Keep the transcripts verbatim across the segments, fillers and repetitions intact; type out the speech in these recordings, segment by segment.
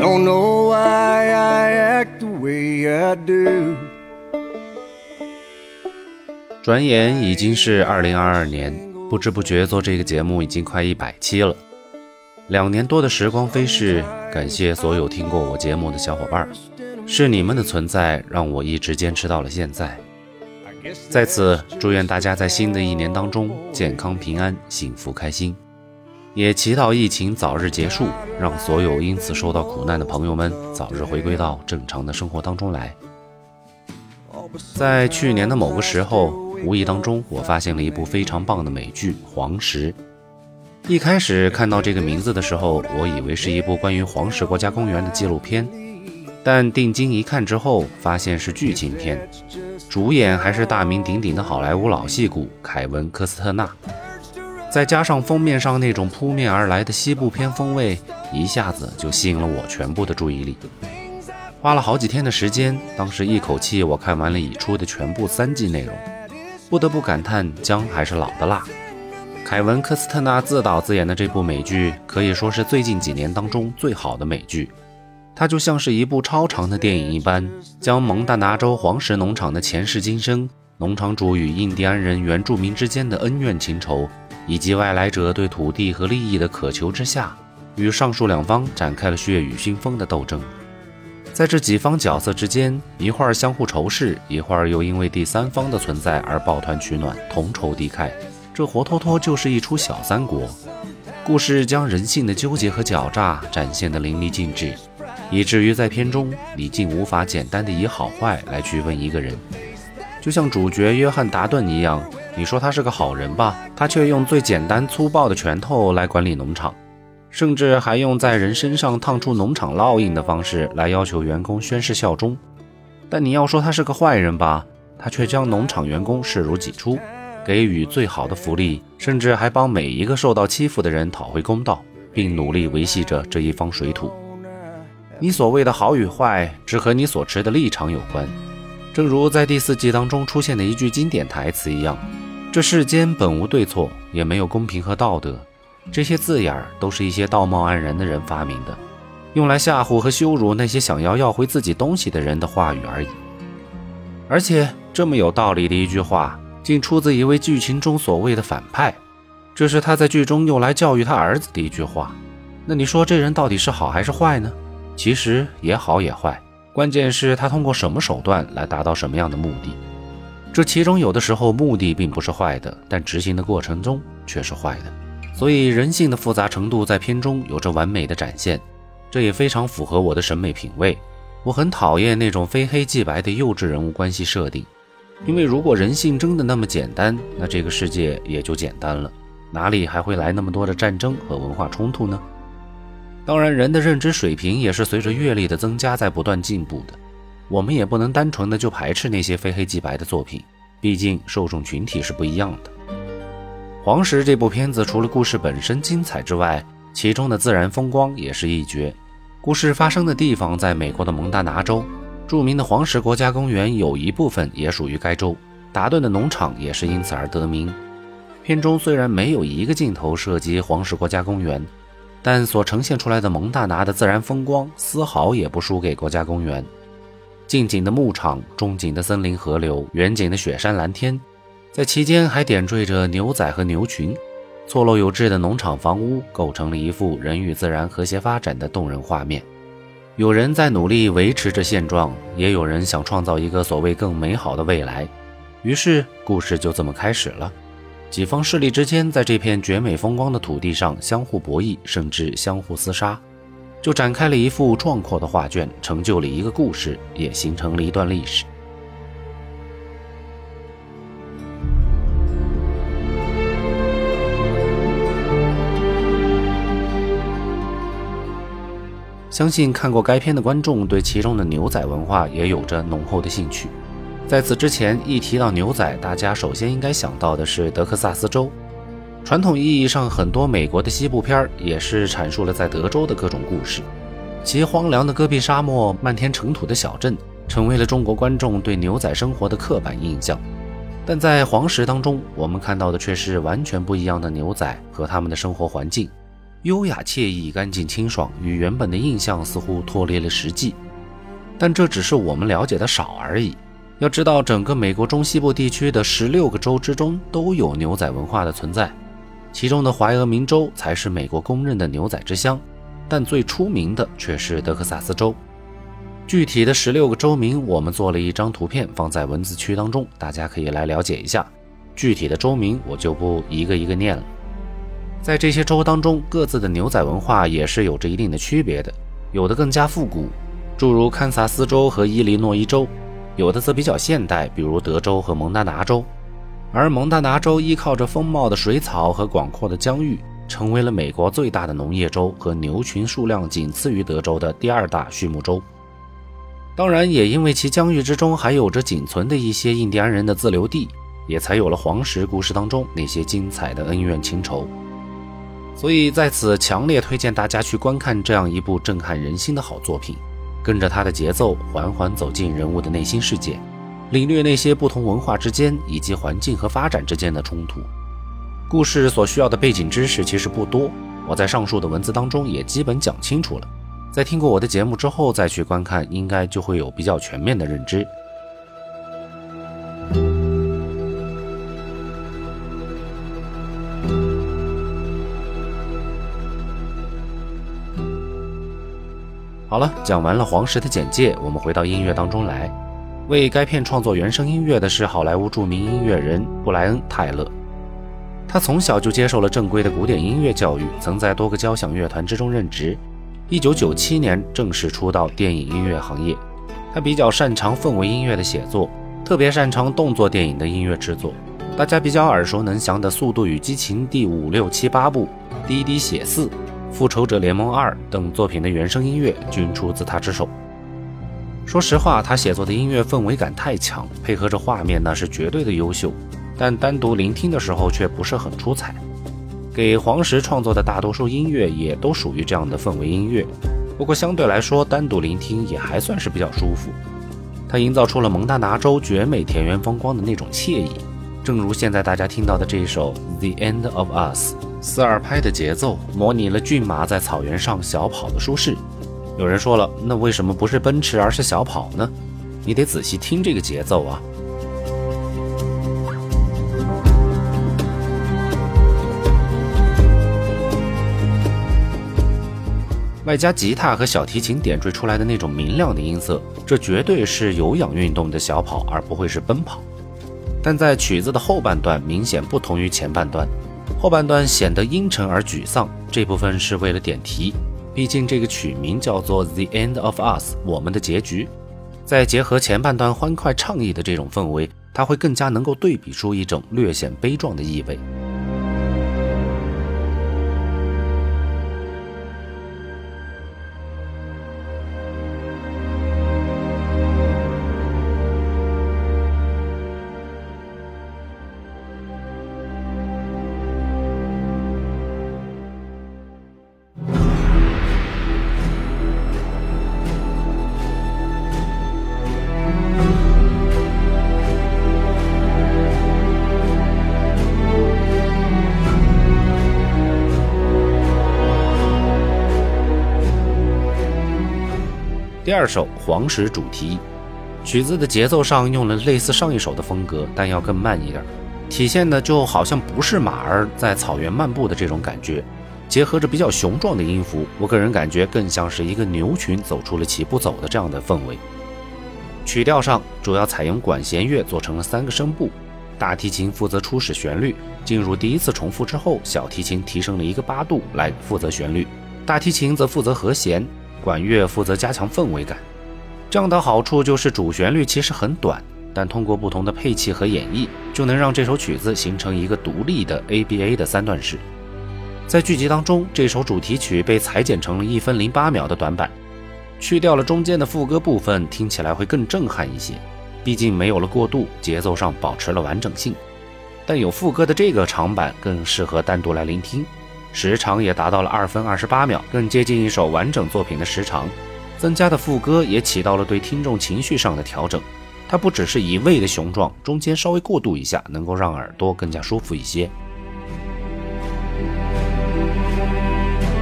Don't know why I act the way I do。 转眼已经是二零二二年，不知不觉做这个节目已经快一百期了。两年多的时光飞逝，感谢所有听过我节目的小伙伴，是你们的存在让我一直坚持到了现在。在此祝愿大家在新的一年当中健康平安幸福开心，也祈祷疫情早日结束，让所有因此受到苦难的朋友们早日回归到正常的生活当中来。在去年的某个时候，无意当中我发现了一部非常棒的美剧《黄石》。一开始看到这个名字的时候，我以为是一部关于黄石国家公园的纪录片，但定睛一看之后发现是剧情片，主演还是大名鼎鼎的好莱坞老戏骨凯文·科斯特纳，再加上封面上那种扑面而来的西部片风味，一下子就吸引了我全部的注意力。花了好几天的时间，当时一口气我看完了已出的全部三季内容，不得不感叹姜还是老的辣。凯文·科斯特纳自导自演的这部美剧可以说是最近几年当中最好的美剧，它就像是一部超长的电影一般，将蒙大拿州黄石农场的前世今生、农场主与印第安人原住民之间的恩怨情仇，以及外来者对土地和利益的渴求之下，与上述两方展开了血雨腥风的斗争。在这几方角色之间，一会儿相互仇视，一会儿又因为第三方的存在而抱团取暖，同仇敌忾，这活脱脱就是一出小三国。故事将人性的纠结和狡诈展现得淋漓尽致，以至于在片中你竟无法简单的以好坏来区分一个人。就像主角约翰·达顿一样，你说他是个好人吧，他却用最简单粗暴的拳头来管理农场，甚至还用在人身上烫出农场烙印的方式来要求员工宣誓效忠。但你要说他是个坏人吧，他却将农场员工视如己出，给予最好的福利，甚至还帮每一个受到欺负的人讨回公道，并努力维系着这一方水土。你所谓的好与坏，只和你所持的立场有关。正如在第四季当中出现的一句经典台词一样，这世间本无对错，也没有公平和道德，这些字眼都是一些道貌岸然的人发明的，用来吓唬和羞辱那些想要要回自己东西的人的话语而已。而且这么有道理的一句话，竟出自一位剧情中所谓的反派，这是他在剧中用来教育他儿子的一句话。那你说这人到底是好还是坏呢？其实也好也坏，关键是他通过什么手段来达到什么样的目的。这其中有的时候目的并不是坏的，但执行的过程中却是坏的。所以人性的复杂程度在片中有着完美的展现，这也非常符合我的审美品味。我很讨厌那种非黑即白的幼稚人物关系设定，因为如果人性真的那么简单，那这个世界也就简单了，哪里还会来那么多的战争和文化冲突呢？当然，人的认知水平也是随着阅历的增加在不断进步的，我们也不能单纯的就排斥那些非黑即白的作品，毕竟受众群体是不一样的。黄石这部片子除了故事本身精彩之外，其中的自然风光也是一绝。故事发生的地方在美国的蒙大拿州，著名的黄石国家公园有一部分也属于该州，达顿的农场也是因此而得名。片中虽然没有一个镜头涉及黄石国家公园，但所呈现出来的蒙大拿的自然风光丝毫也不输给国家公园。近景的牧场，中景的森林河流，远景的雪山蓝天，在其间还点缀着牛仔和牛群，错落有致的农场房屋构成了一幅人与自然和谐发展的动人画面。有人在努力维持着现状，也有人想创造一个所谓更美好的未来。于是故事就这么开始了，几方势力之间在这片绝美风光的土地上相互博弈，甚至相互厮杀，就展开了一幅壮阔的画卷，成就了一个故事，也形成了一段历史。相信看过该片的观众对其中的牛仔文化也有着浓厚的兴趣。在此之前，一提到牛仔，大家首先应该想到的是德克萨斯州。传统意义上，很多美国的西部片也是阐述了在德州的各种故事。其荒凉的戈壁沙漠、漫天尘土的小镇，成为了中国观众对牛仔生活的刻板印象。但在黄石当中，我们看到的却是完全不一样的牛仔和他们的生活环境。 优雅惬意、干净清爽，与原本的印象似乎脱离了实际。但这只是我们了解的少而已。要知道，整个美国中西部地区的十六个州之中都有牛仔文化的存在，其中的怀俄明州才是美国公认的牛仔之乡，但最出名的却是德克萨斯州。具体的十六个州名我们做了一张图片放在文字区当中，大家可以来了解一下。具体的州名我就不一个一个念了。在这些州当中，各自的牛仔文化也是有着一定的区别的，有的更加复古，诸如堪萨斯州和伊利诺伊州，有的则比较现代，比如德州和蒙大拿州。而蒙大拿州依靠着丰茂的水草和广阔的疆域，成为了美国最大的农业州和牛群数量仅次于德州的第二大畜牧州。当然也因为其疆域之中还有着仅存的一些印第安人的自留地，也才有了黄石故事当中那些精彩的恩怨情仇。所以在此强烈推荐大家去观看这样一部震撼人心的好作品，跟着它的节奏缓缓走进人物的内心世界，领略那些不同文化之间以及环境和发展之间的冲突。故事所需要的背景知识其实不多，我在上述的文字当中也基本讲清楚了，在听过我的节目之后再去观看，应该就会有比较全面的认知。好了，讲完了黄石的简介，我们回到音乐当中来。为该片创作原声音乐的是好莱坞著名音乐人布莱恩·泰勒。他从小就接受了正规的古典音乐教育，曾在多个交响乐团之中任职。一九九七年正式出道电影音乐行业。他比较擅长氛围音乐的写作，特别擅长动作电影的音乐制作。大家比较耳熟能详的《速度与激情》第五六七八部、滴滴血四、复仇者联盟二等作品的原声音乐均出自他之手。说实话，他写作的音乐氛围感太强，配合着画面那是绝对的优秀，但单独聆听的时候却不是很出彩。给黄石创作的大多数音乐也都属于这样的氛围音乐，不过相对来说单独聆听也还算是比较舒服。他营造出了蒙大拿州绝美田园风光的那种惬意，正如现在大家听到的这一首 The End of Us， 四二拍的节奏模拟了骏马在草原上小跑的舒适。有人说了，那为什么不是奔驰而是小跑呢？你得仔细听这个节奏啊。外加吉他和小提琴点缀出来的那种明亮的音色，这绝对是有氧运动的小跑，而不会是奔跑。但在曲子的后半段明显不同于前半段，后半段显得阴沉而沮丧，这部分是为了点题，毕竟这个曲名叫做 The End of Us， 我们的结局。再结合前半段欢快畅意的这种氛围，它会更加能够对比出一种略显悲壮的意味。第二首黄石主题，曲子的节奏上用了类似上一首的风格，但要更慢一点，体现的就好像不是马儿在草原漫步的这种感觉，结合着比较雄壮的音符，我个人感觉更像是一个牛群走出了齐步走的这样的氛围。曲调上主要采用管弦乐做成了三个声部，大提琴负责初始旋律，进入第一次重复之后，小提琴提升了一个八度来负责旋律，大提琴则负责和弦，管乐负责加强氛围感。这样的好处就是主旋律其实很短，但通过不同的配器和演绎，就能让这首曲子形成一个独立的 A B A 的三段式。在剧集当中，这首主题曲被裁剪成了一分零八秒的短版，去掉了中间的副歌部分，听起来会更震撼一些，毕竟没有了过渡，节奏上保持了完整性。但有副歌的这个长版更适合单独来聆听，时长也达到了二分二十八秒，更接近一首完整作品的时长。增加的副歌也起到了对听众情绪上的调整，它不只是一味的雄壮，中间稍微过渡一下，能够让耳朵更加舒服一些。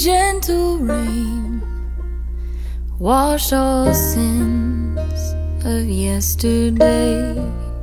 gentle rain wash all sins of yesterday.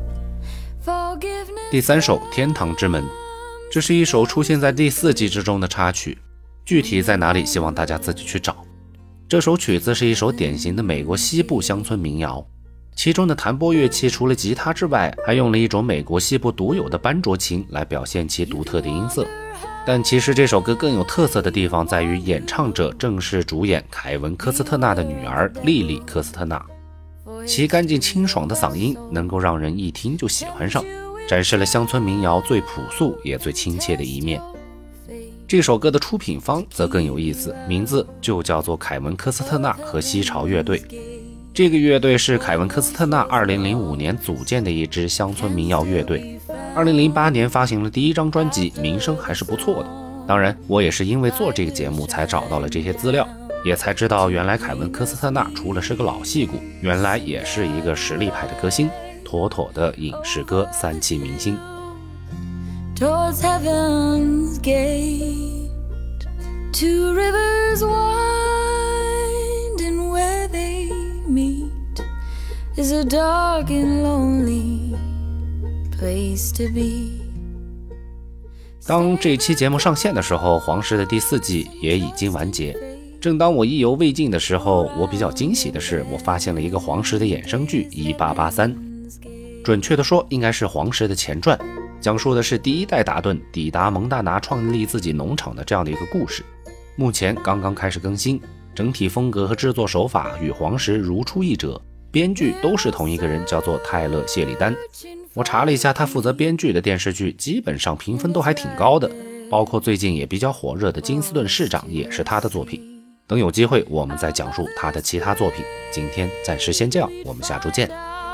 第三首《天堂之门》，这是一首出现在第四季之中的插曲，具体在哪里希望大家自己去找。这首曲子是一首典型的美国西部乡村民谣，其中的弹拨乐器除了吉他之外，还用了一种美国西部独有的班卓琴来表现其独特的音色。但其实这首歌更有特色的地方在于，演唱者正是主演凯文·科斯特纳的女儿莉莉·科斯特纳，其干净清爽的嗓音能够让人一听就喜欢上，展示了乡村民谣最朴素也最亲切的一面。这首歌的出品方则更有意思，名字就叫做凯文·科斯特纳和西潮乐队。这个乐队是凯文·科斯特纳二零零五年组建的一支乡村民谣乐队，二零零八年发行了第一张专辑，名声还是不错的。当然我也是因为做这个节目才找到了这些资料，也才知道原来凯文·科斯特纳除了是个老戏骨，原来也是一个实力派的歌星，妥妥的影视歌三栖明星。 Towards heaven's gate, two rivers wind, and where they meet is a dark and lonely place to be. 当这期节目上线的时候，黄石的第四季也已经完结。正当我意犹未尽的时候，我比较惊喜的是，我发现了一个黄石的衍生剧一八八三，准确的说应该是黄石的前传，讲述的是第一代达顿抵达蒙大拿创立自己农场的这样的一个故事。目前刚刚开始更新，整体风格和制作手法与黄石如出一辙，编剧都是同一个人，叫做泰勒·谢里丹。我查了一下他负责编剧的电视剧，基本上评分都还挺高的，包括最近也比较火热的金斯顿市长也是他的作品。等有机会我们再讲述他的其他作品，今天暂时先这样，我们下周见。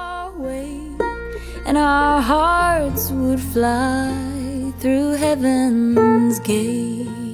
And our hearts would fly through heaven's gate.